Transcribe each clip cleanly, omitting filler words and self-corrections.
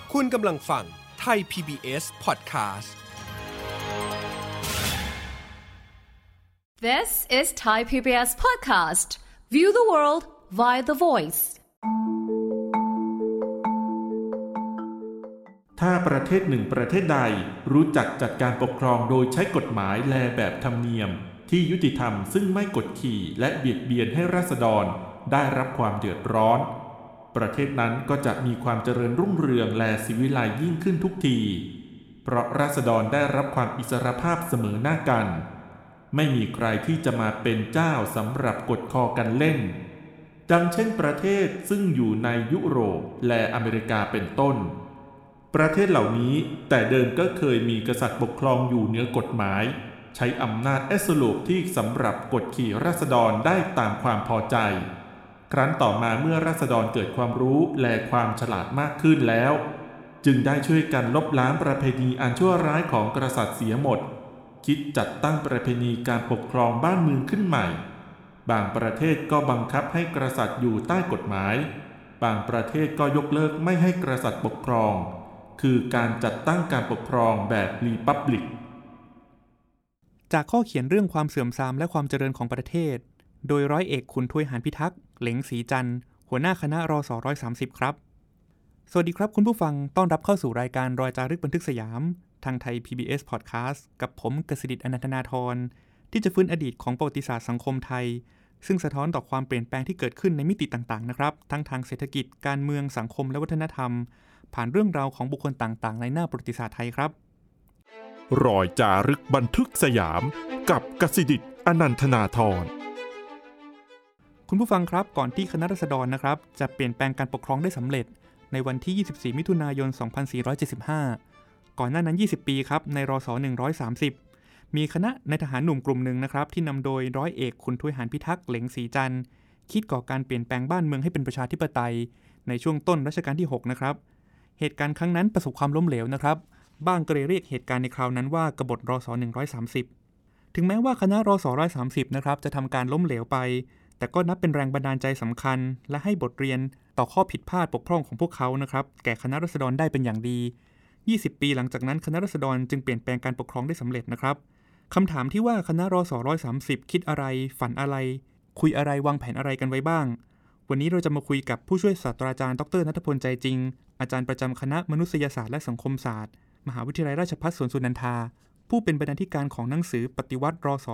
คุณกำลังฟังไทย PBS Podcast This is Thai PBS Podcast. View the world via the voice. ถ้าประเทศหนึ่งประเทศใดรู้จักจัดการปกครองโดยใช้กฎหมายแลแบบธรรมเนียมที่ยุติธรรมซึ่งไม่กดขี่และเบียดเบียนให้ราษฎรได้รับความเดือดร้อนประเทศนั้นก็จะมีความเจริญรุ่งเรืองและศิวิไลซ์ยิ่งขึ้นทุกทีเพราะราษฎรได้รับความอิสรภาพเสมอหน้ากันไม่มีใครที่จะมาเป็นเจ้าสำหรับกดคอกันเล่นดังเช่นประเทศซึ่งอยู่ในยุโรปและอเมริกาเป็นต้นประเทศเหล่านี้แต่เดิมก็เคยมีกษัตริย์ปกครองอยู่เหนือกฎหมายใช้อำนาจแอบโซลูทที่สำหรับกดขี่ราษฎรได้ตามความพอใจครั้นต่อมาเมื่อราษฎรเกิดความรู้และความฉลาดมากขึ้นแล้วจึงได้ช่วยกันลบล้างประเพณีอันชั่วร้ายของกษัตริย์เสียหมดคิดจัดตั้งประเพณีการปกครองบ้านเมืองขึ้นใหม่บางประเทศก็บังคับให้กษัตริย์อยู่ใต้กฎหมายบางประเทศก็ยกเลิกไม่ให้กษัตริย์ปกครองคือการจัดตั้งการปกครองแบบรีพับลิกจากข้อเขียนเรื่องความเสื่อมทรามและความเจริญของประเทศโดยร้อยเอกขุนทวยหานพิทักษ์เหลงศรีจันทร์หัวหน้าคณะรส130ครับสวัสดีครับคุณผู้ฟังต้อนรับเข้าสู่รายการรอยจารึกบันทึกสยามทางไทย PBS Podcast กับผมกฤษฎิต อนันทนาธรที่จะฟื้นอดีตของประวัติศาสตร์สังคมไทยซึ่งสะท้อนต่อความเปลี่ยนแปลงที่เกิดขึ้นในมิติต่างๆนะครับทั้งทางเศรษฐกิจการเมืองสังคมและวัฒนธรรมผ่านเรื่องราวของบุคคลต่างๆในหน้าประวัติศาสตร์ไทยครับรอยจารึกบันทึกสยามกับกฤษฎิต อนันทนาธรคุณผู้ฟังครับก่อนที่คณะราษฎรนะครับจะเปลี่ยนแปลงการปกครองได้สำเร็จในวันที่24มิถุนายน2475ก่อนหน้านั้น20ปีครับในรส130มีคณะนายทหารหนุ่มกลุ่มหนึ่งนะครับที่นำโดยร้อยเอกขุนทวยหานพิทักษ์เหลงศรีจันทร์คิดก่อการเปลี่ยนแปลงบ้านเมืองให้เป็นประชาธิปไตยในช่วงต้นรัชกาลที่6นะครับเหตุการณ์ครั้งนั้นประสบความล้มเหลวนะครับบ้างก็เลยเรียกเหตุการณ์ในคราวนั้นว่ากบฏรส130ถึงแม้ว่าคณะรส130นะครับจะทำการล้มเหลวไปแต่ก็นับเป็นแรงบันดาลใจสำคัญและให้บทเรียนต่อข้อผิดพลาดบกพร่องของพวกเขานะครับแก่คณะราษฎรได้เป็นอย่างดี20ปีหลังจากนั้นคณะราษฎรจึงเปลี่ยนแปลงการปกครองได้สำเร็จนะครับคำถามที่ว่าคณะรส130คิดอะไรฝันอะไรคุยอะไรวางแผนอะไรกันไว้บ้างวันนี้เราจะมาคุยกับผู้ช่วยศาสตราจารย์ดร.ณัฐพลใจจริงอาจารย์ประจำคณะมนุษยศาสตร์และสังคมศาสตร์มหาวิทยาลัยราชภัฏสวนสุนันทาผู้เป็นบรรณาธิการของหนังสือปฏิวัติรส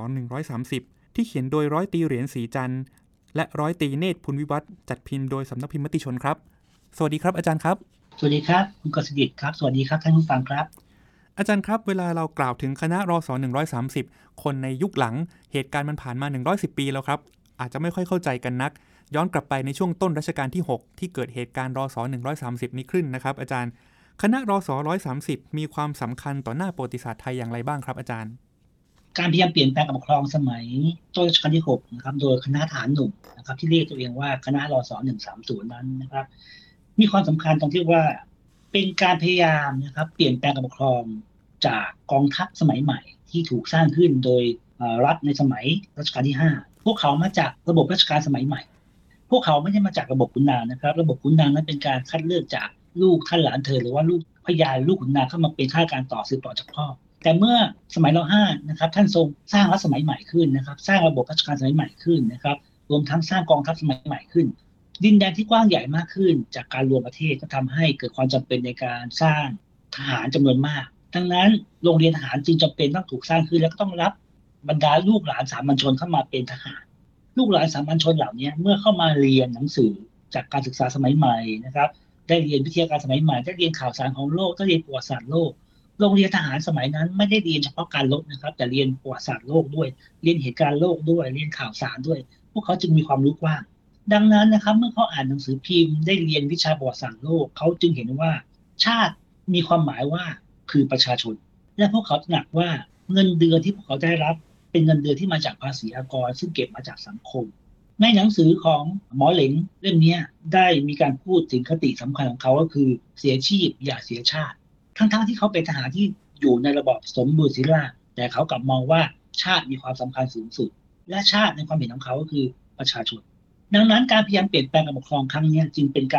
130ที่เขียนโดยร้อยตรีเหรียญศรีจันทร์และร้อยตรีเนตรพุนวิวัฒน์จัดพิมพ์โดยสำนักพิมพ์มติชนครับสวัสดีครับอาจารย์ครับสวัสดีครับคุณกฤษฎิตครับสวัสดีครับท่านผู้ฟังครับอาจารย์ครับเวลาเรากล่าวถึงคณะรส130คนในยุคหลังเหตุการณ์มันผ่านมา110ปีแล้วครับอาจจะไม่ค่อยเข้าใจกันนักย้อนกลับไปในช่วงต้นรัชกาลที่6ที่เกิดเหตุการณ์รส130นี้ขึ้นนะครับอาจารย์คณะรส130มีความสำคัญต่อหน้าประวัติศาสตร์ไทยอย่างไรบ้างครับอาจารย์การพยายามเปลี่ยนแปลงการปกครองสมัยต้นรัชกาลที่6นะครับโดยคณะทหารหนุ่มนะครับที่เรียกตัวเองว่าคณะรส130นั้นนะครับมีความสำคัญตรงที่ว่าเป็นการพยายามนะครับเปลี่ยนแปลงการปกครองจากกองทัพสมัยใหม่ที่ถูกสร้างขึ้นโดยรัฐในสมัยรัชกาลที่5พวกเขามาจากระบบราชการสมัยใหม่พวกเขาไม่ได้มาจากระบบขุนนางนะครับระบบขุนนางนั้นเป็นการคัดเลือกจากลูกท่านหลานเธอหรือว่าลูกพญาลูกขุนนางเข้ามาเป็นข้าราชการต่อสืบต่อจากพ่อแต่เมื่อสมัยร.5นะครับท่านทรงสร้างรัฐสมัยใหม่ขึ้นนะครับสร้างระบบราชการสมัยใหม่ขึ้นนะครับรวมทั้งสร้างกองทัพสมัยใหม่ขึ้นดินแดนที่กว้างใหญ่มากขึ้นจากการรวมประเทศก็ทำให้เกิดความจำเป็นในการสร้างทหารจำนวนมากดังนั้นโรงเรียนทหารจึงจำเป็นต้องถูกสร้างขึ้นแล้วก็ต้องรับบรรดาลูกหลานสามัญชนเข้ามาเป็นทหารลูกหลานสามัญชนเหล่านี้เมื่อเข้ามาเรียนหนังสือจากการศึกษาสมัยใหม่นะครับได้เรียนวิทยาการสมัยใหม่ได้เรียนข่าวสารของโลกได้เรียนประวัติศาสตร์โลกโรงเรียนทหารสมัยนั้นไม่ได้เรียนเฉพาะการรบนะครับแต่เรียนประวัติศาสตร์โลกด้วยเรียนเหตุการณ์โลกด้วยเรียนข่าวสารด้วยพวกเขาจึงมีความรู้กว้างดังนั้นนะครับเมื่อเขาอ่านหนังสือพิมพ์ได้เรียนวิชาประวัติศาสตร์โลกเขาจึงเห็นว่าชาติมีความหมายว่าคือประชาชนและพวกเขาตระหนักว่าเงินเดือนที่พวกเขาได้รับเป็นเงินเดือนที่มาจากภาษีอากรซึ่งเก็บมาจากสังคมในหนังสือของหมอเหลงเล่มนี้ได้มีการพูดถึงคติสำคัญของเขาก็คือเสียชีพอย่าเสียชาติทั้งที่เขาเป็นทหารที่อยู่ในระบอบสมบูรณศิลาแต่เขากลับมองว่าชาติมีความสำคัญสูงสุดและชาติในความเห็นของเขาก็คือประชาชนดังนั้นการพยายามเปลี่ยนแปลงการปกครองครั้งนี้จึงเป็นการ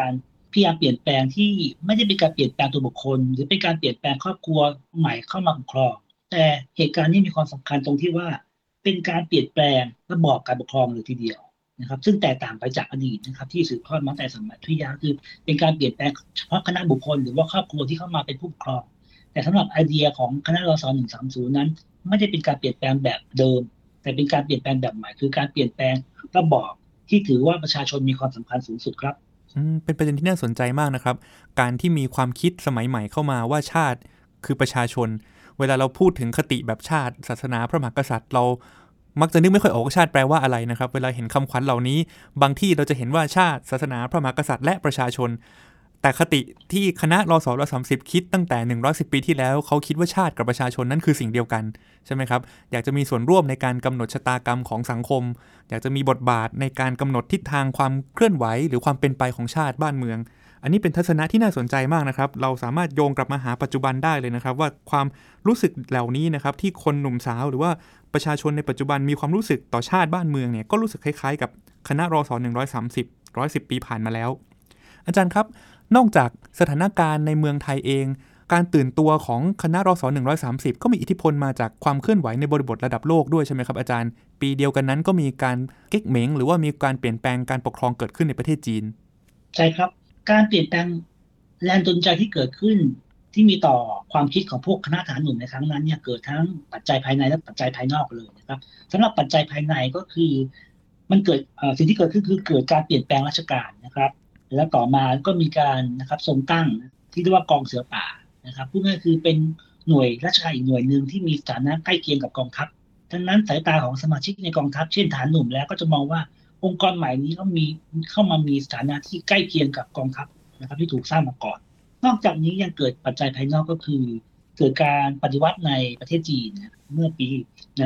พยายามเปลี่ยนแปลงที่ไม่ได้เป็นการเปลี่ยนแปลงตัวบุคคลหรือเป็นการเปลี่ยนแปลงครอบครัวใหม่เข้ามาปกครองแต่เหตุการณ์นี้มีความสำคัญตรงที่ว่าเป็นการเปลี่ยนแปลงระบอบการปกครองเลยทีเดียวนะครับซึ่งแตกต่างไปจากอดีตนะครับที่สืบทอดมาแต่สมัยอยุธยาคือเป็นการเปลี่ยนแปลงเฉพาะคณะบุคคลหรือว่าครอบครัวที่เข้ามาเป็นผู้ปกครองแต่สำหรับไอเดียของคณะรศ.130นั้นไม่ได้เป็นการเปลี่ยนแปลงแบบเดิมแต่เป็นการเปลี่ยนแปลงแบบใหม่คือการเปลี่ยนแปลงระบอบที่ถือว่าประชาชนมีความสำคัญสูงสุดครับเป็นประเด็นที่น่าสนใจมากนะครับการที่มีความคิดสมัยใหม่เข้ามาว่าชาติคือประชาชนเวลาเราพูดถึงคติแบบชาติศาสนาพระมหากษัตริย์เรามักจะนึกไม่ค่อยออกว่าชาติแปลว่าอะไรนะครับเวลาเห็นคำขวัญเหล่านี้บางที่เราจะเห็นว่าชาติศาสนาพระมหากษัตริย์และประชาชนแต่คติที่คณะรศ.130คิดตั้งแต่110ปีที่แล้วเขาคิดว่าชาติกับประชาชนนั้นคือสิ่งเดียวกันใช่ไหมครับอยากจะมีส่วนร่วมในการกำหนดชะตากรรมของสังคมอยากจะมีบทบาทในการกำหนดทิศทางความเคลื่อนไหวหรือความเป็นไปของชาติบ้านเมืองอันนี้เป็นทัศนะที่น่าสนใจมากนะครับเราสามารถโยงกลับมาหาปัจจุบันได้เลยนะครับว่าความรู้สึกเหล่านี้นะครับที่คนหนุ่มสาวหรือว่าประชาชนในปัจจุบันมีความรู้สึกต่อชาติบ้านเมืองเนี่ยก็รู้สึกคล้ายๆกับคณะรศ.110 ปีผ่านมาแล้วอาจารย์ครับนอกจากสถานการณ์ในเมืองไทยเองการตื่นตัวของคณะรศ.130ก็มีอิทธิพลมาจากความเคลื่อนไหวในบริบทระดับโลกด้วยใช่ไหมครับอาจารย์ปีเดียวกันนั้นก็มีการเก๊กเหม็งหรือว่ามีการเปลี่ยนแปลงการปกครองเกิดขึ้นในประเทศจีนใช่ครับการเปลี่ยนแปลงแรงจูงใจที่เกิดขึ้นที่มีต่อความคิดของพวกคณะทหารหนุ่มในครั้งนั้นเนี่ยเกิดทั้งปัจจัยภายในและปัจจัยภายนอกเลยนะครับสำหรับปัจจัยภายในก็คือมันเกิดสิ่งที่เกิดขึ้นคือเกิดการเปลี่ยนแปลงราชการนะครับแล้วต่อมาก็มีการนะครับทรงตั้งที่เรียกว่ากองเสือป่านะครับพูดง่ายๆคือเป็นหน่วยราชการอีกหน่วยนึงที่มีสถานะใกล้เคียงกับกองทัพดังนั้นสายตาของสมาชิกในกองทัพเช่นทหารหนุ่มแล้วก็จะมองว่าองค์กรใหม่นี้ก็มีเข้ามามีสถานะที่ใกล้เคียงกับกองทัพนะครับที่ถูกสร้างมาก่อนนอกจากนี้ยังเกิดปัจจัยภายนอกก็คือเกิดการปฏิวัติในประเทศจีนเมื่อปี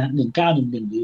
1911หรือ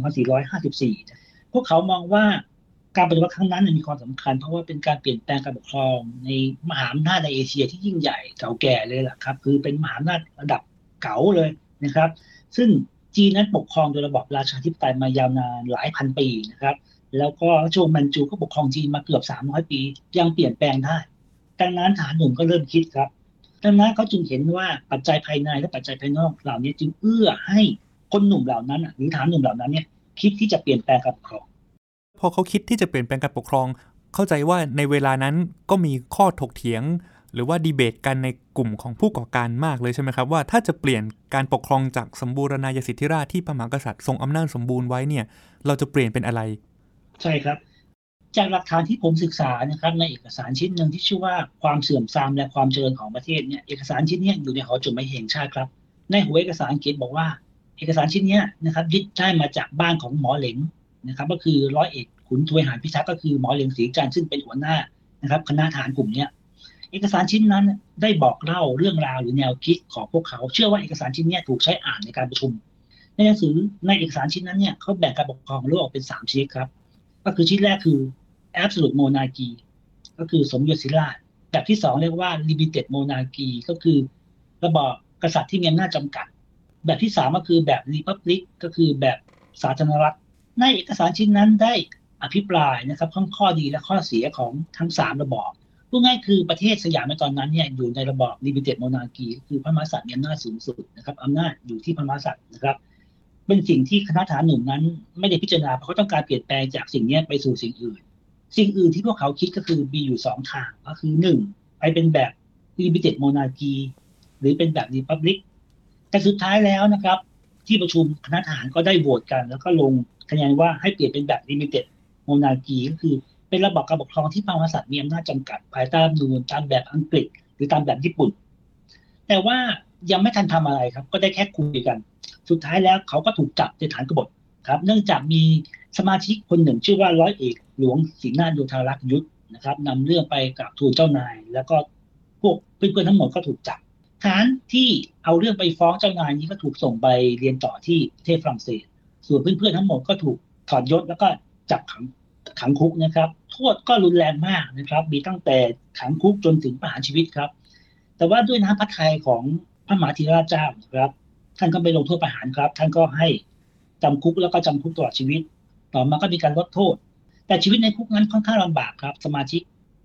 2454พวกเขามองว่าการปฏิวัติครั้งนั้นมีความสำคัญเพราะว่าเป็นการเปลี่ยนแปลงการปกครองในมหาอำนาจในเอเชียที่ยิ่งใหญ่เก่าแก่เลยล่ะครับคือเป็นมหาอำนาจระดับเก๋าเลยนะครับซึ่งจีนนั้นปกครองโดยระบอบราชาธิปไตยมายาวนานหลายพันปีนะครับแล้วก็โจวมันจูก็ปกครองจีนมาเกือบ300ปียังเปลี่ยนแปลงได้ดังนั้นทหารหนุ่มก็เริ่มคิดครับดังนั้นเขาจึงเห็นว่าปัจจัยภายในและปัจจัยภายนอกเหล่านี้จึงเอื้อให้คนหนุ่มเหล่านั้นหรือทหารหนุ่มเหล่านั้นเนี่ยคิดที่จะเปลี่ยนแปลงการปกครองพอเขาคิดที่จะเปลี่ยนแปลงการปกครองเข้าใจว่าในเวลานั้นก็มีข้อถกเถียงหรือว่าดีเบตกันในกลุ่มของผู้ก่อการมากเลยใช่ไหมครับว่าถ้าจะเปลี่ยนการปกครองจากสมบูรณาญาสิทธิราชย์ที่พระมหากษัตริย์ทรงอำนาจสมบูรณ์ไว้เนี่ยเราจะเปลี่ยนเป็นอะไรใช่ครับจากหลักฐานที่ผมศึกษานะครับในเอกสารชิ้นหนึ่งที่ชื่อว่าความเสื่อมทรามและความเจริญของประเทศเนี่ยเอกสารชิ้นนี้อยู่ในหอจดหมายแห่งชาติครับในหัวเอกสารเขียนบอกว่าเอกสารชิ้นนี้นะครับยึดได้มาจากบ้านของหมอเหลงนะครับก็คือร้อยเอกขุนทวยหานพิทักษ์ก็คือหมอเหลงศรีจันทร์ซึ่งเป็นหัวหน้านะครับคณะทหารกลุ่มนี้เอกสารชิ้นนั้นได้บอกเล่าเรื่องราวหรือแนวคิดของพวกเขาเชื่อว่าเอกสารชิ้นนี้ถูกใช้อ่านในการประชุมในหนังสือในเอกสารชิ้นนั้นเนี่ยเขาแบ่งการปกครองโลกออกเป็น3ชนิดครับก็คือชิ้นแรกคือabsolute monarchy ก็คือสมยศศิราชแบบที่2เรียกว่า limited monarchy ก็คือระบอบกษัตริย์ที่มีอำนาจจำกัดแบบที่3ก็คือแบบ republic ก็คือแบบสาธารณรัฐในเอกสารชิ้นนั้นได้อภิปรายนะครับทั้งข้อดีและข้อเสียของทั้ง3ระบอบพูดง่ายคือประเทศสยามในตอนนั้นเนี่ยอยู่ในระบอบ limited monarchy คือพระมหากษัตริย์มีอำนาจสูงสุดนะครับอำนาจอยู่ที่พระมหากษัตริย์นะครับเป็นสิ่งที่คณะทหารหนุ่มนั้นไม่ได้พิจารณาเพราะเขาต้องการเปลี่ยนแปลงจากสิ่งนี้ไปสู่สิ่งอื่นที่พวกเขาคิดก็คือมีอยู่2ทางก็คือ1ไปเป็นแบบ limited monarchy หรือเป็นแบบ republic แต่สุดท้ายแล้วนะครับที่ประชุมคณะทหารก็ได้โหวตกันแล้วก็ลงคะแนนว่าให้เปลี่ยนเป็นแบบ limited monarchy ก็คือเป็นระบอบการปกครองที่พระมหากษัตริย์มีอำนาจจำกัดภายใต้รัฐธรรมนูญตามแบบอังกฤษหรือตามแบบญี่ปุ่นแต่ว่ายังไม่ทันทำอะไรครับก็ได้แค่คุยกันสุดท้ายแล้วเขาก็ถูกจับในฐานกบฏครับเนื่องจากมีสมาชิกคนหนึ่งชื่อว่าร้อยเอกหลวงสิงห์นาถโยธารักษ์ยุทธนะครับนำเรื่องไปกับทูลเจ้านายแล้วก็พวกเพื่อนๆทั้งหมดก็ถูกจับทหารที่เอาเรื่องไปฟ้องเจ้านายนี้ก็ถูกส่งไปเรียนต่อที่ประเทศฝรั่งเศสส่วนเพื่อนๆทั้งหมดก็ถูกถอดยศแล้วก็จับขังคุกนะครับโทษก็รุนแรงมากนะครับมีตั้งแต่ขังคุกจนถึงประหารชีวิตครับแต่ว่าด้วยน้ำพระทัยของพระมหาธีรเจ้าครับท่านก็ไม่ลงโทษประหารครับท่านก็ให้จำคุกแล้วก็จำคุกตลอดชีวิตต่อมาก็มีการลดโทษแต่ชีวิตในคุกนั้นค่อนข้างลำบากครับสมาชิก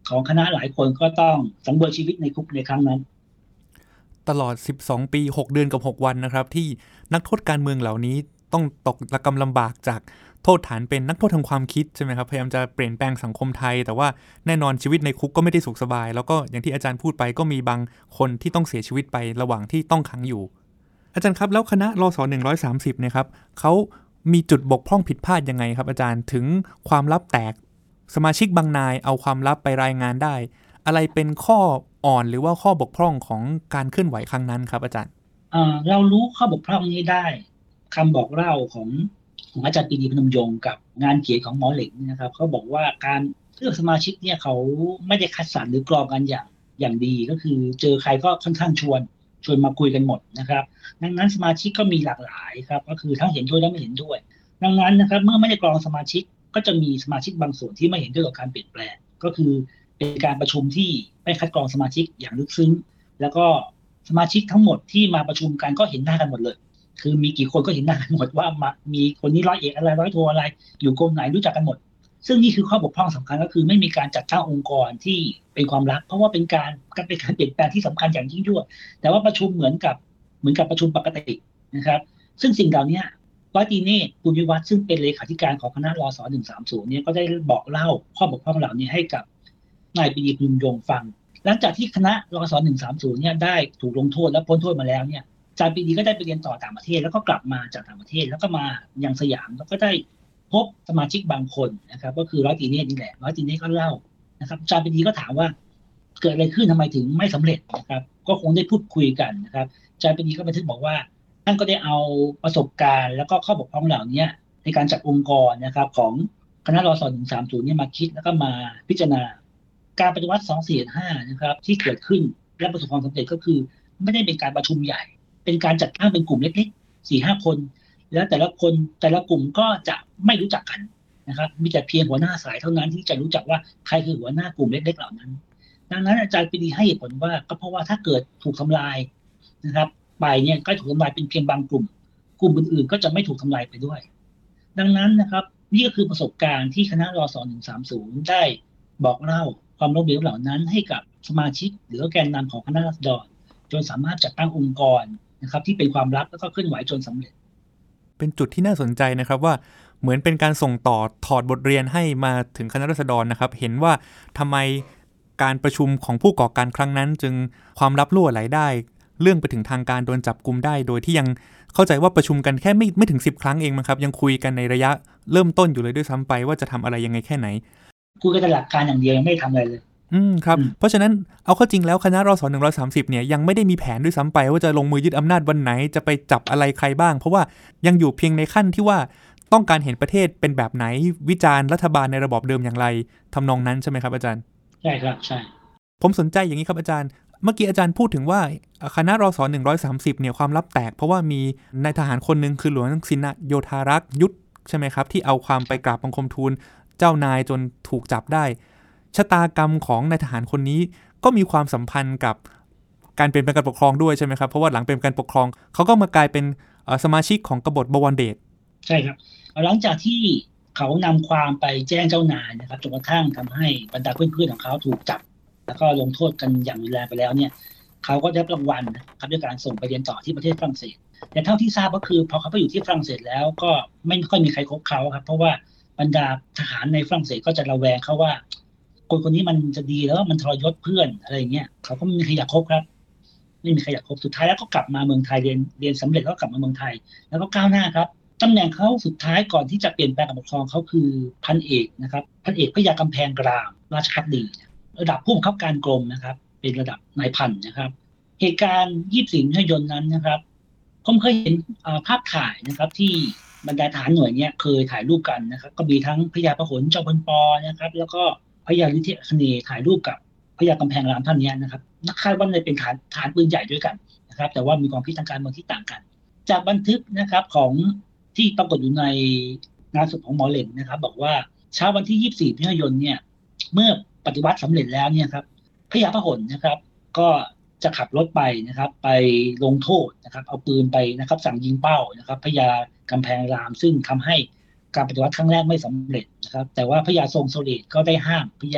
ของคณะหลายคนก็ต้องสังเวยชีวิตในคุกในครั้งนั้นตลอด12ปี6เดือนกับ6วันนะครับที่นักโทษการเมืองเหล่านี้ต้องตกระกำลำบากจากโทษฐานเป็นนักโทษทางความคิดใช่ไหมครับพยายามจะเปลี่ยนแปลงสังคมไทยแต่ว่าแน่นอนชีวิตในคุกก็ไม่ได้สุขสบายแล้วก็อย่างที่อาจารย์พูดไปก็มีบางคนที่ต้องเสียชีวิตไประหว่างที่ต้องขังอยู่อาจารย์ครับแล้วคณะรศ130เนี่ยครับเขามีจุดบกพร่องผิดพลาดยังไงครับอาจารย์ถึงความลับแตกสมาชิกบางนายเอาความลับไปรายงานได้อะไรเป็นข้ออ่อนหรือว่าข้อบกพร่องของการเคลื่อนไหวครั้งนั้นครับอาจารย์เรารู้ข้อบกพร่องนี้ได้คำบอกเล่าของอาจารย์ปรีดีพนมยงค์กับงานเขียนของหมอเหล็กนะครับเขาบอกว่าการเลือกสมาชิกเนี่ยเขาไม่ได้คัดสรรหรือกรองกันอย่างดีก็คือเจอใครก็ค่อนข้างชวนมาคุยกันหมดนะครับดังนั้นสมาชิกก็มีหลากหลายครับก็คือทั้งเห็นด้วยและไม่เห็นด้วยดังนั้นนะครับเมื่อไม่ได้กรองสมาชิกก็จะมีสมาชิกบางส่วนที่ไม่เห็นด้วยกับการเปลี่ยนแปลงก็คือเป็นการประชุมที่ไม่คัดกรองสมาชิกอย่างลึกซึ้งแล้วก็สมาชิกทั้งหมดที่มาประชุมกันก็เห็นหน้ากันหมดเลยคือมีกี่คนก็เห็นหน้ากันหมดว่ามีคนนี้ร้อยเอกอะไรร้อยโทอะไรอยู่กรมไหนรู้จักกันหมดซึ่งนี่คือข้อบกพร่องสำคัญก็คือไม่มีการจัดตั้งองค์กรที่เป็นความลับเพราะว่าเป็นการเปลี่ยนแปลงที่สำคัญอย่างยิ่งยวดแต่ว่าประชุมเหมือนกับประชุมปกตินะครับซึ่งสิ่งเหล่านี้ร้อยตรีเนตร ปุญญวัฒน์ซึ่งเป็นเลขาธิการของคณะรศ130เนี่ยก็ได้บอกเล่าข้อบกพร่องเหล่านี้ให้กับนายปรีดีพนมยงค์ฟังหลังจากที่คณะรศ130เนี่ยได้ถูกลงโทษและพ้นโทษมาแล้วเนี่ยอาจารย์ปรีดีก็ได้ไปเรียนต่อต่างประเทศแล้วก็กลับมาจากต่างประเทศแล้วก็มายังสยามแล้วก็ได้พบสมาชิกบางคนนะครับก็คือร้อยตรีเนตรนี่แหละร้อยตรีเนตรก็เล่านะครับอาจารย์ปรีดีก็ถามว่าเกิดอะไรขึ้นทำไมถึงไม่สำเร็จนะครับก็คงได้พูดคุยกันนะครับอาจารย์ปรีดีก็บันทึกบอกว่าท่านก็ได้เอาประสบการณ์แล้วก็ข้อบกพร่องเหล่านี้ในการจัดองค์กรนะครับของคณะรศ130เนี่ยมาคิดแล้วก็มาพิจารณาการปฏิวัติ2475นะครับที่เกิดขึ้นและประสบความสำเร็จก็คือไม่ได้เป็นการประชุมใหญ่เป็นการจัดตั้งเป็นกลุ่มเล็กๆ 4-5 คนแล้วแต่ละคนแต่ละกลุ่มก็จะไม่รู้จักกันนะครับมีแต่เพียงหัวหน้าสายเท่านั้นที่จะรู้จักว่าใครคือหัวหน้ากลุ่มเล็กๆเหล่านั้นดังนั้นอาจารย์ปรีดีให้เหตุผลว่าก็เพราะว่าถ้าเกิดถูกทำลายนะครับไปเนี่ยก็ถูกทำลายเป็นเพียงบางกลุ่มอื่นๆก็จะไม่ถูกทำลายไปด้วยดังนั้นนะครับนี่ก็คือประสบการณ์ที่คณะรศ130ได้บอกเล่าความล้มเหลวเหล่านั้นให้กับสมาชิกหรือแกนนำของคณะราษฎรจนสามารถจัดตั้งองค์กรนะครับที่เป็นความลับแล้วก็เคลื่อนไหวจนสำเร็จเป็นจุดที่น่าสนใจนะครับว่าเหมือนเป็นการส่งต่อถอดบทเรียนให้มาถึงคณะราษฎรนะครับเห็นว่าทำไมการประชุมของผู้ก่อการครั้งนั้นจึงความลับรั่วไหลได้เรื่องไปถึงทางการโดนจับกุมได้โดยที่ยังเข้าใจว่าประชุมกันแค่ไม่ถึง10 ครั้งเองมั้งครับยังคุยกันในระยะเริ่มต้นอยู่เลยด้วยซ้ำไปว่าจะทำอะไรยังไงแค่ไหนคุยกันแต่หลักการอย่างเดียวยังไม่ทำอะไรเลยครับเพราะฉะนั้นเอาเข้าจริงแล้วคณะรศ130เนี่ยยังไม่ได้มีแผนด้วยซ้ำไปว่าจะลงมือยึดอำนาจวันไหนจะไปจับอะไรใครบ้างเพราะว่ายังอยู่เพียงในขั้นที่ว่าต้องการเห็นประเทศเป็นแบบไหนวิจารณ์รัฐบาลในระบอบเดิมอย่างไรทำนองนั้นใช่ไหมครับอาจารย์ใช่ครับใช่ผมสนใจอย่างนี้ครับอาจารย์เมื่อกี้อาจารย์พูดถึงว่าคณะรศ130เนี่ยความลับแตกเพราะว่ามีนายทหารคนนึงคือหลวงสินโยธารักษ์ยุทธใช่ไหมครับที่เอาความไปกราบบังคมทูลเจ้านายจนถูกจับได้ชะตากรรมของนายทหารคนนี้ก็มีความสัมพันธ์กับการเปลี่ยนแปลงการปกครองด้วยใช่ไหมครับเพราะว่าหลังเป็นการปกครองเขาก็มากลายเป็นสมาชิกของกบฏบวรเดชใช่ครับหลังจากที่เขานำความไปแจ้งเจ้านายนะครับจนกระทั่งทำให้บรรดาเพื่อนๆของเขาถูกจับแล้วก็ลงโทษกันอย่างรุนแรงไปแล้วเนี่ยเขาก็ได้รับรางวัลนะครับด้วยการส่งไปเรียนต่อที่ประเทศฝรั่งเศสแต่เท่าที่ทราบก็คือพอเขาไปอยู่ที่ฝรั่งเศสแล้วก็ไม่ค่อยมีใครคบเขาครับเพราะว่าบรรดาทหารในฝรั่งเศสก็จะระแวงเขาว่าคนนี้มันจะดีแล้วมันทรยศเพื่อนอะไรอย่างเงี้ยเขาก็ไม่มีใครอยากคบครับไม่มีใครอยากคบสุดท้ายแล้วก็กลับมาเมืองไทยเรียนสำเร็จแล้วกลับมาเมืองไทยแล้วก็ก้าวหน้าครับตำแหน่งเขาสุดท้ายก่อนที่จะเปลี่ยนแปลงการปกครองเขาคือพันเอกนะครับพันเอกพระยากำแพงกรามราชภัฏดีระดับผู้บังคับการกรมนะครับเป็นระดับนายพันนะครับเหตุการณ์24 มิถุนายนนั้นนะครับผมเคยเห็นภาพถ่ายนะครับที่บรรดาทหารหน่วยเนี้ยเคยถ่ายรูปกันนะครับก็มีทั้งพญาพหลจอมพลป.นะครับแล้วก็พญาฤทธิคเนย์ถ่ายรูปกับพญากำแพงรามท่านนี้นะครับนักคาดว่าจะเป็นฐานปืนใหญ่ด้วยกันนะครับแต่ว่ามีความคิดทางการเมืองที่ต่างกันจากบันทึกนะครับของที่ปรากฏอยู่ในงานศพของหมอเหล็กนะครับบอกว่าเช้าวันที่24 มิถุนายนเนี่ยเมื่อปฏิวัติสำเร็จแล้วเนี่ยครับพญาพหลนะครับก็จะขับรถไปนะครับไปลงโทษนะครับเอาปืนไปนะครับสั่งยิงเป้านะครับพญากำแพงรามซึ่งทำให้การปฏิวัติครั้งแรกไม่สำเร็จนะครับแต่ว่าพญาทรงโซเลตก็ได้ห้ามพญา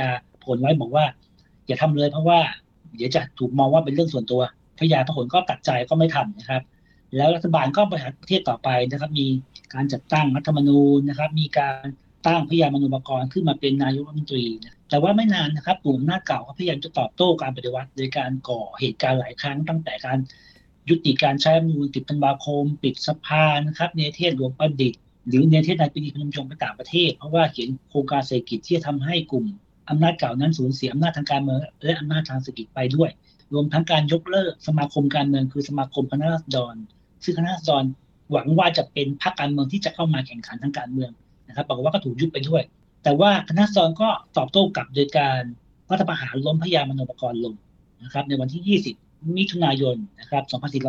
ผลไว้บอกว่าอย่าทำเลยเพราะว่าเดี๋ยวจะถูกมองว่าเป็นเรื่องส่วนตัวพญาพหลก็ตัดใจก็ไม่ทำนะครับแล้วรัฐบาลก็บริหารประเทศต่อไปนะครับมีการจัดตั้งรัฐธรรมนูญนะครับมีการตั้งพญามโนปกรณ์ขึ้นมาเป็นนายกรัฐมนตรีแต่ว่าไม่นานนะครับกลุ่มอำนาจเก่าก็พยายามจะตอบโต้การปฏิวัติโดยการก่อเหตุการณ์หลายครั้งตั้งแต่การยุติการใช้รัฐธรรมนูญ10 ธันวาคมปิดสภานะครับเนเธหลวงประดิษฐ์หรือเนเธนายปรีดีพนมยงค์ไปต่างประเทศเพราะว่าเขียนโครงการเศรษฐกิจที่จะทำให้กลุ่มอำนาจเก่านั้นสูญเสียอำนาจทางการเมืองและอำนาจทางเศรษฐกิจไปด้วยรวมทั้งการยกเลิกสมาคมการเมืองคือสมาคมคณะราษฎรซึ่งคณะราษฎรหวังว่าจะเป็นพรรคการเมืองที่จะเข้ามาแข่งขันทางการเมืองนะครับปรากฏว่าก็ถูกยุบไปด้วยแต่ว่าคณะราษฎรก็ตอบโต้กลับโดยการรัฐประหารล้มพญามโนปกรณ์ลงนะครับในวันที่20 มิถุนายนนะครับ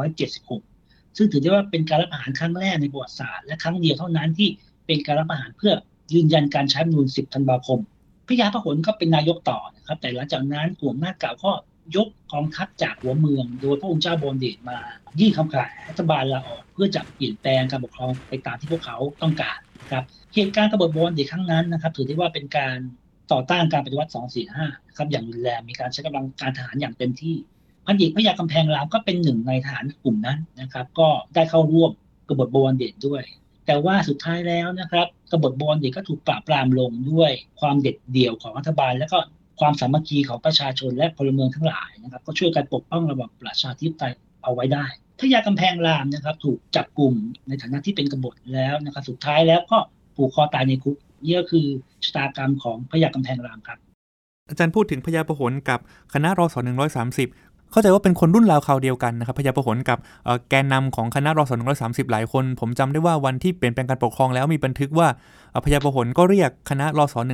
2476ซึ่งถือได้ว่าเป็นการรัฐประหารครั้งแรกในประวัติศาสตร์และครั้งเดียวเท่านั้นที่เป็นการรัฐประหารเพื่อยืนยันการใช้รัฐธรรมนูญ10 ธันวาคมพญาพหลก็เป็นนายกต่อนะครับแต่หลังจากนั้นกลุ่มอำนาจเก่าก็ยกกองทัพจากหัวเมืองโดยพระองค์เจ้าบรมเดชมายื่นคำขาดรัฐบาลลาออกเพื่อจะเปลี่ยนแปลงการปกครองไปตามที่พวกเขาต้องการครับเหตุการณ์กบฏบรมเดชครั้งนั้นนะครับถือได้ว่าเป็นการต่อต้านการปฏิวัติ245นะครับอย่างรุนแรงมีการใช้กำลังการทหารอย่างเต็มที่พันเอกพญากำแพงรามก็เป็นหนึ่งในทหารกลุ่มนั้นนะครับก็ได้เข้าร่วมกบฏบรมเดชด้วยแต่ว่าสุดท้ายแล้วนะครับกบฏบรมเดชก็ถูกปราบปรามลงด้วยความเด็ดเดี่ยวของรัฐบาลและก็ความสามัคคีของประชาชนและพลเมืองทั้งหลายนะครับก็ช่วยกันปกป้องระบอบประชาธิปไตยเอาไว้ได้พญากำแพงรามนะครับถูกจับกุมในฐานะที่เป็นกบฏแล้วนะครับสุดท้ายแล้วก็ผูกคอตายในคุกนี่ก็คือชะตากรรมของพญากำแพงรามครับอาจารย์พูดถึงพญาพหลกับคณะรศ130เข้าใจว่าเป็นคนรุ่นราวคราวเดียวกันนะครับพญาพหลกับแกนนำของคณะรศ130หลายคนผมจำได้ว่าวันที่เปลี่ยนแปลงการปกครองแล้วมีบันทึกว่าพญาพหลก็เรียกคณะรศ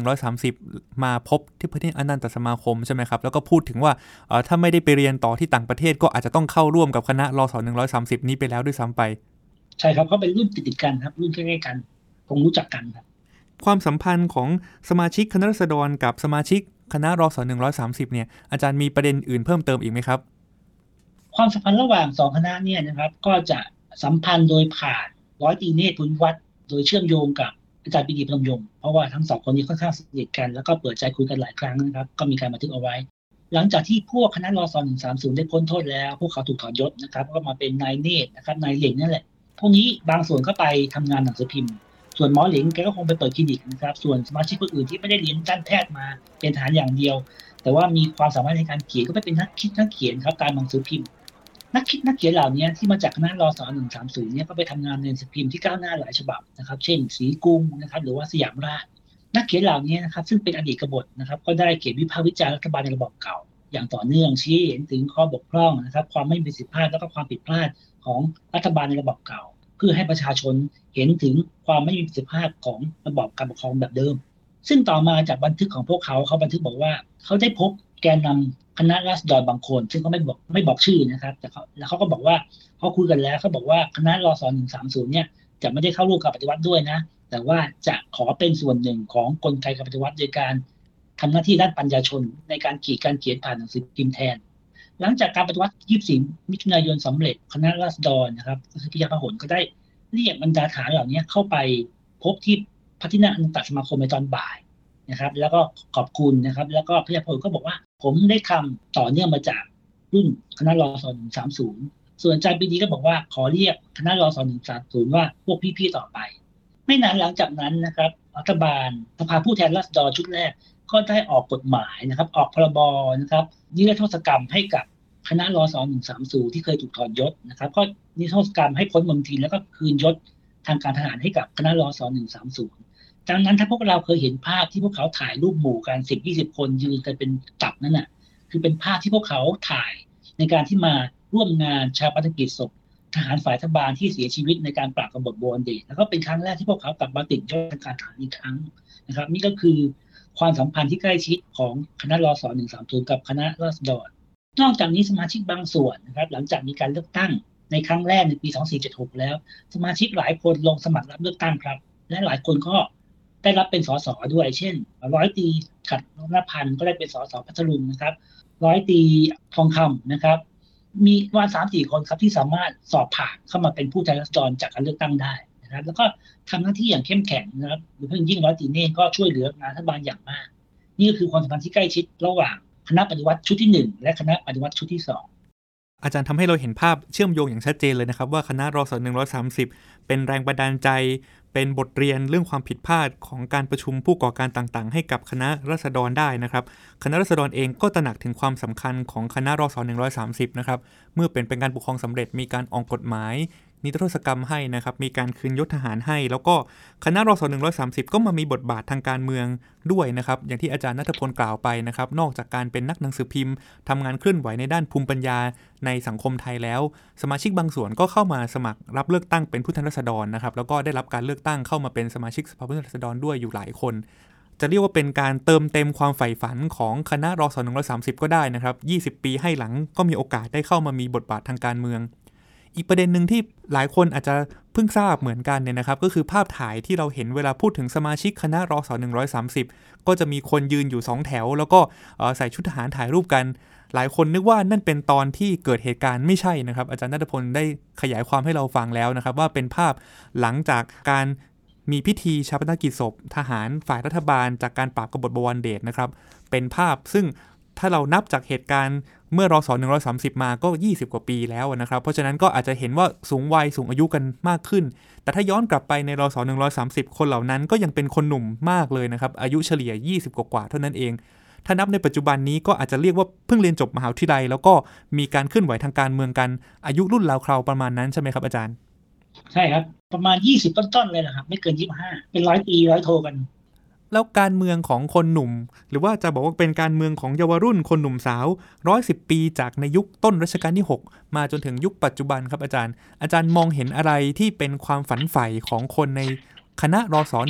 130มาพบที่ประเทศอนันตสมาคมใช่ไหมครับแล้วก็พูดถึงว่าถ้าไม่ได้ไปเรียนต่อที่ต่างประเทศก็อาจจะต้องเข้าร่วมกับคณะรศ130นี้ไปแล้วด้วยซ้ำไปใช่ครับเขาเป็นรุ่นติดกันครับรุ่นใกล้ๆกันคงรู้จักกันครับความสัมพันธ์ของสมาชิกคณะราษฎรกับสมาชิกคณะรศ130เนี่ยอาจารย์มีประเด็นอื่นเพิ่มเติมอีกไหมครับความสัมพันธ์ระหว่าง2คณะเนี่ยนะครับก็จะสัมพันธ์โดยผ่านร้อยตรีเนตร ภูลวัฒน์โดยเชื่อมโยงกับอาจารย์ปรีดีพนมยงค์เพราะว่าทั้ง2คนนี้ค่อนข้างสนิทกันแล้วก็เปิดใจคุยกันหลายครั้งนะครับก็มีการบันทึกเอาไว้หลังจากที่พวกคณะรศ130ได้พ้นโทษแล้วพวกเขาถูกถอดยศนะครับก็มาเป็นนายเนตรนะครับนายเหล่งนั่นแหละพวกนี้บางส่วนก็ไปทำงานหนังสือพิมพ์ส่วนหมอเหล่งแกก็คงไปเปิดคลินิกนะครับส่วนสมาชิกคนอื่นที่ไม่ได้เรียนด้านแพทย์มาเป็นทหารอย่างเดียวแต่ว่ามีความสามารถในการเขียนก็ไปเป็นนักคิดนักเขียนครับตามหนังสือพิมพ์นักคิดนักเขียนเหล่านี้ที่มาจากคณะรศ130เนี่ยก็ไปทำงานในหนังสือพิมพ์ที่ก้าวหน้าหลายฉบับนะครับเช่นสีกรุงนะครับหรือว่าสยามราชนักเขียนเหล่านี้นะครับซึ่งเป็นอดีตกบฏนะครับก็ได้เขียนวิพากษ์วิจารณ์รัฐบาลในระบอบเก่าอย่างต่อเนื่องชี้เห็นถึงข้อบกพร่องนะครับความไม่มีประสิทธิภาพและก็ความผิดพลาดของรัฐบาลในระบอบเก่าเพื่อให้ประชาชนเห็นถึงความไม่มีประสิทธิภาพของระบอบการปกครองแบบเดิมซึ่งต่อมาจากบันทึกของพวกเขาบันทึกบอกว่าเขาได้พบแกนนำคณะราษฎรบางคนซึ่งเขาไม่บอกชื่อนะครับแต่เขาก็บอกว่าเขาคุยกันแล้วเขาบอกว่าคณะรศ130เนี่ยจะไม่ได้เข้าร่วมกับปฏิวัติด้วยนะแต่ว่าจะขอเป็นส่วนหนึ่งของกลไกการปฏิวัติโดยการทำหน้าที่ด้านปัญญาชนในการเขียนผ่านหนังสือพิมพ์แทนหลังจากการปฏิวัติ24 มิถุนายนสำเร็จคณะราษฎรนะครับก็คือพญาพหลก็ได้เรียกบรรดาทหารเหล่านี้เข้าไปพบที่พระที่นั่งอนันตสมาคมในตอนบ่ายนะครับแล้วก็ขอบคุณนะครับแล้วก็พญาพหลก็บอกว่าผมได้ทำต่อเนื่องมาจากรุ่นคณะรศ130ส่วนอาจารย์ปรีดีก็บอกว่าขอเรียกคณะรศ130ว่าพวกพี่ๆต่อไปไม่นานหลังจากนั้นนะครับรัฐบาลสภาผู้แทนราษฎรชุดแรกก็ได้ออกกฎหมายนะครับออกพรบนะครับนิรโทษกรรมให้กับคณะรศ130ที่เคยถูกถอดยศนะครับก็นิรโทษกรรมให้พ้นมณฑินแล้วก็คืนยศทางการทหารให้กับคณะรศ130ดังนั้นถ้าพวกเราเคยเห็นภาพที่พวกเขาถ่ายรูปหมู่กัน 10-20 คนยืนกันเป็นตับนั่นน่ะคือเป็นภาพที่พวกเขาถ่ายในการที่มาร่วมงานชาปนกิจศพทหารฝ่ายรัฐบาลที่เสียชีวิตในการปราบกบฏบรมเดชแล้วก็เป็นครั้งแรกที่พวกเขากลับมาติดยศทางการทหารอีกครั้งนะครับนี่ก็คือความสัมพันธ์ที่ใกล้ชิดของคณะรศ130กับคณะราษฎรนอกจากนี้สมาชิกบางส่วนนะครับหลังจากมีการเลือกตั้งในครั้งแรกในปี2476แล้วสมาชิกหลายคนลงสมัครรับเลือกตั้งครับและหลายคนก็ได้รับเป็นสสด้วยเช่นร้อยตรีขัดนพันธ์ก็ได้เป็นสสพัทลุงนะครับร้อยตรีทองคำนะครับมีว่า 3-4 คนครับที่สามารถสอบผ่านเข้ามาเป็นผู้แทนราษฎรจากการเลือกตั้งได้นะครับแล้วก็ทำหน้าที่อย่างเข้มแข็งนะครับโดยเฉพาะยิ่งร้อยตรีเนตรก็ช่วยเหลืองานรัฐบาลอย่างมากนี่ก็คือความสัมพันธ์ที่ใกล้ชิดระหว่างคณะปฏิวัติชุดที่1และคณะปฏิวัติชุดที่2 อาจารย์ทำให้เราเห็นภาพเชื่อมโยงอย่างชัดเจนเลยนะครับว่าคณะรศ130เป็นแรงบันดาลใจเป็นบทเรียนเรื่องความผิดพลาดของการประชุมผู้ก่อการต่างๆให้กับคณะราษฎรได้นะครับคณะราษฎรเองก็ตระหนักถึงความสำคัญของคณะรศ130นะครับเมื่อเป็นการปกครองสำเร็จมีการออกกฎหมายนิรโทษกรรมให้นะครับมีการคืนยศทหารให้แล้วก็คณะรศ130ก็มามีบทบาททางการเมืองด้วยนะครับอย่างที่อาจารย์ณัฐพลกล่าวไปนะครับนอกจากการเป็นนักหนังสือพิมพ์ทำงานเคลื่อนไหวในด้านภูมิปัญญาในสังคมไทยแล้วสมาชิกบางส่วนก็เข้ามาสมัครรับเลือกตั้งเป็นผู้แทนราษฎรนะครับแล้วก็ได้รับการเลือกตั้งเข้ามาเป็นสมาชิกสภาผู้แทนราษฎรด้วยอยู่หลายคนจะเรียกว่าเป็นการเติมเต็มความใฝ่ฝันของคณะรศ130ก็ได้นะครับ20 ปีให้หลังก็มีโอกาสได้เข้ามามีบทบาททางการเมืองอีกประเด็นหนึ่งที่หลายคนอาจจะเพิ่งทราบเหมือนกันเนี่ยนะครับก็คือภาพถ่ายที่เราเห็นเวลาพูดถึงสมาชิกคณะรศ130ก็จะมีคนยืนอยู่2แถวแล้วก็ใส่ชุดทหารถ่ายรูปกันหลายคนนึกว่านั่นเป็นตอนที่เกิดเหตุการณ์ไม่ใช่นะครับอาจารย์ณัฐพลได้ขยายความให้เราฟังแล้วนะครับว่าเป็นภาพหลังจากการมีพิธีชาปนกิจศพทหารฝ่ายรัฐบาลจากการปราบกบฏบวรเดชนะครับเป็นภาพซึ่งถ้าเรานับจากเหตุการณ์เมื่อรศ130มาก็20กว่าปีแล้วนะครับเพราะฉะนั้นก็อาจจะเห็นว่าสูงวัยสูงอายุกันมากขึ้นแต่ถ้าย้อนกลับไปในรศ130คนเหล่านั้นก็ยังเป็นคนหนุ่มมากเลยนะครับอายุเฉลี่ย20กว่าเท่านั้นเองถ้านับในปัจจุบันนี้ก็อาจจะเรียกว่าเพิ่งเรียนจบมหาวิทยาลัยแล้วก็มีการเคลื่อนไหวทางการเมืองกันอายุรุ่นราวคราวประมาณนั้นใช่ไหมครับอาจารย์ใช่ครับประมาณ20ต้นๆเลยนะครับไม่เกิน25เป็น100 ปี100 โทกันแล้วการเมืองของคนหนุ่มหรือว่าจะบอกว่าเป็นการเมืองของเยาวรุ่นคนหนุ่มสาว110 ปีจากในยุคต้นรัชกาลที่6มาจนถึงยุคปัจจุบันครับอาจารย์มองเห็นอะไรที่เป็นความฝันใฝ่ของคนในคณะรศ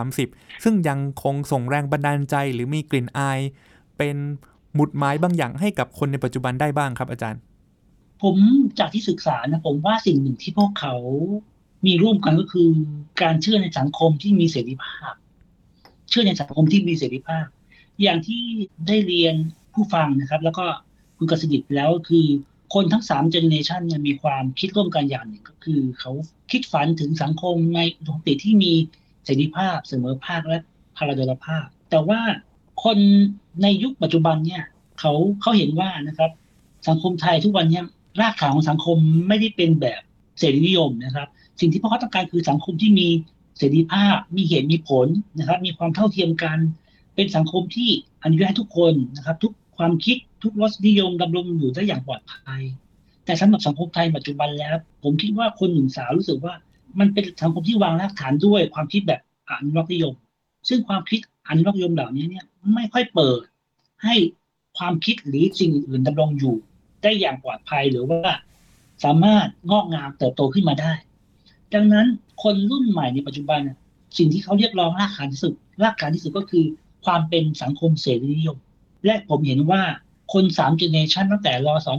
130ซึ่งยังคงส่งแรงบันดาลใจหรือมีกลิ่นอายเป็นหมุดหมายบางอย่างให้กับคนในปัจจุบันได้บ้างครับอาจารย์ผมจากที่ศึกษานะผมว่าสิ่งหนึ่งที่พวกเขามีร่วมกันก็คือการเชื่อในสังคมที่มีเสรีภาพเชื่อในสังคมที่มีเสรีภาพอย่างที่ได้เรียนผู้ฟังนะครับแล้วก็คุณกฤษฎิแล้วคือคนทั้ง3เจเนเรชันเนี่ยมีความคิดร่วมกันอย่างหนึ่งก็คือเขาคิดฝันถึงสังคมในปกติที่มีเสรีภาพเสมอภาคและพลดรภาพแต่ว่าคนในยุคปัจจุบันเนี่ยเขาเห็นว่านะครับสังคมไทยทุกวันเนี่ยรากฐานของสังคมไม่ได้เป็นแบบเสรีนิยมนะครับสิ่งที่พวกเขาต้องการคือสังคมที่มีเสรีภาพมีเหตุมีผลนะครับมีความเท่าเทียมกันเป็นสังคมที่อนุญาตให้ทุกคนนะครับทุกความคิดทุกรสนิยมดำรงอยู่ได้อย่างปลอดภัยแต่สำหรับสังคมไทยปัจจุบันแล้วผมคิดว่าคนหนุ่มสาวรู้สึกว่ามันเป็นสังคมที่วางรากฐานด้วยความคิดแบบอนุรักษนิยมซึ่งความคิดอนุรักษนิยมเหล่านี้เนี่ยไม่ค่อยเปิดให้ความคิดหรือสิ่งอื่นดำรงอยู่ได้อย่างปลอดภัยหรือว่าสามารถงอกงามเติบโตขึ้นมาได้ดังนั้นคนรุ่นใหม่ในปัจจุบันสิ่งที่เขาเรียกร้องรากฐานที่สุดก็คือความเป็นสังคมเสรีนิยมและผมเห็นว่าคน3เจเนเรชันตั้งแต่รศ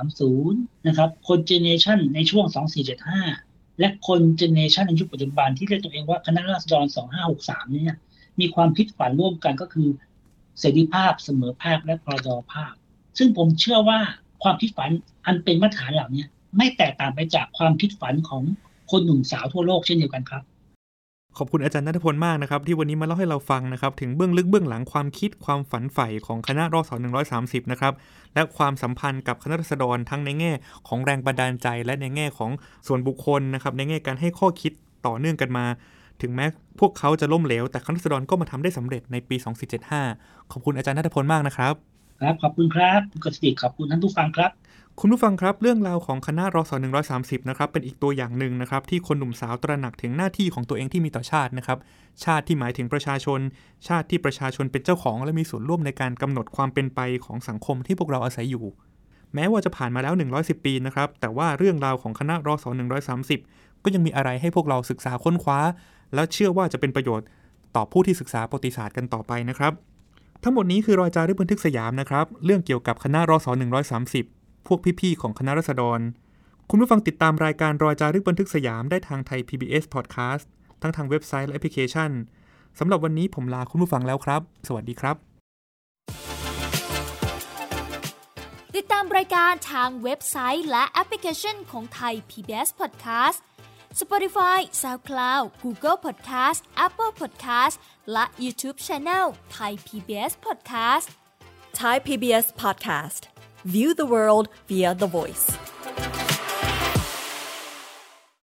130นะครับคนเจเนเรชันในช่วง2475และคนเจเนเรชันในยุคปัจจุบันที่เรียกตัวเองว่าคณะราษฎร2563เนี่ยมีความคิดฝันร่วมกันก็คือเสรีภาพเสมอภาคและพลดรภาพซึ่งผมเชื่อว่าความคิดฝันอันเป็นมาตรฐานเหล่านี้ไม่แตกต่างไปจากความคิดฝันของคนหนุ่มสาวทั่วโลกเช่นเดียวกันครับขอบคุณอาจารย์ณัฐพลมากนะครับที่วันนี้มาเล่าให้เราฟังนะครับถึงเบื้องลึกเบื้องหลังความคิดความฝันใฝ่ของคณะรศ130นะครับและความสัมพันธ์กับคณะราษฎรทั้งในแง่ของแรงบันดาลใจและในแง่ของส่วนบุคคลนะครับในแง่การให้ข้อคิดต่อเนื่องกันมาถึงแม้พวกเขาจะล้มเหลวแต่คณะราษฎรก็มาทำได้สำเร็จในปี2475ขอบคุณอาจารย์ณัฐพลมากนะครับครับขอบคุณครับคุณกฤษฎิขอบคุณท่านผู้ฟังครับคุณผู้ฟังครับเรื่องราวของคณะรศ130นะครับเป็นอีกตัวอย่างหนึ่งนะครับที่คนหนุ่มสาวตระหนักถึงหน้าที่ของตัวเองที่มีต่อชาตินะครับชาติที่หมายถึงประชาชนชาติที่ประชาชนเป็นเจ้าของและมีส่วนร่วมในการกำหนดความเป็นไปของสังคมที่พวกเราอาศัยอยู่แม้ว่าจะผ่านมาแล้ว110ปีนะครับแต่ว่าเรื่องราวของคณะรศ130ก็ยังมีอะไรให้พวกเราศึกษาค้นคว้าและเชื่อว่าจะเป็นประโยชน์ต่อผู้ที่ศึกษาประวัติศาสตร์กันต่อไปนะครับทั้งหมดนี้คือรอยจารึกบันทึกสยามนะครับเรื่องเกี่ยวกับคณะรศ130พวกพี่ๆของคณะราษฎรคุณผู้ฟังติดตามรายการรอยจารึกบันทึกสยามได้ทางไทย PBS Podcast ทั้งทางเว็บไซต์และแอปพลิเคชันสำหรับวันนี้ผมลาคุณผู้ฟังแล้วครับสวัสดีครับติดตามรายการทางเว็บไซต์และแอปพลิเคชันของไทย PBS Podcast Spotify, SoundCloud, Google Podcast, Apple Podcast และ YouTube Channel Thai PBS Podcast Thai PBS Podcast. View the world via the voice.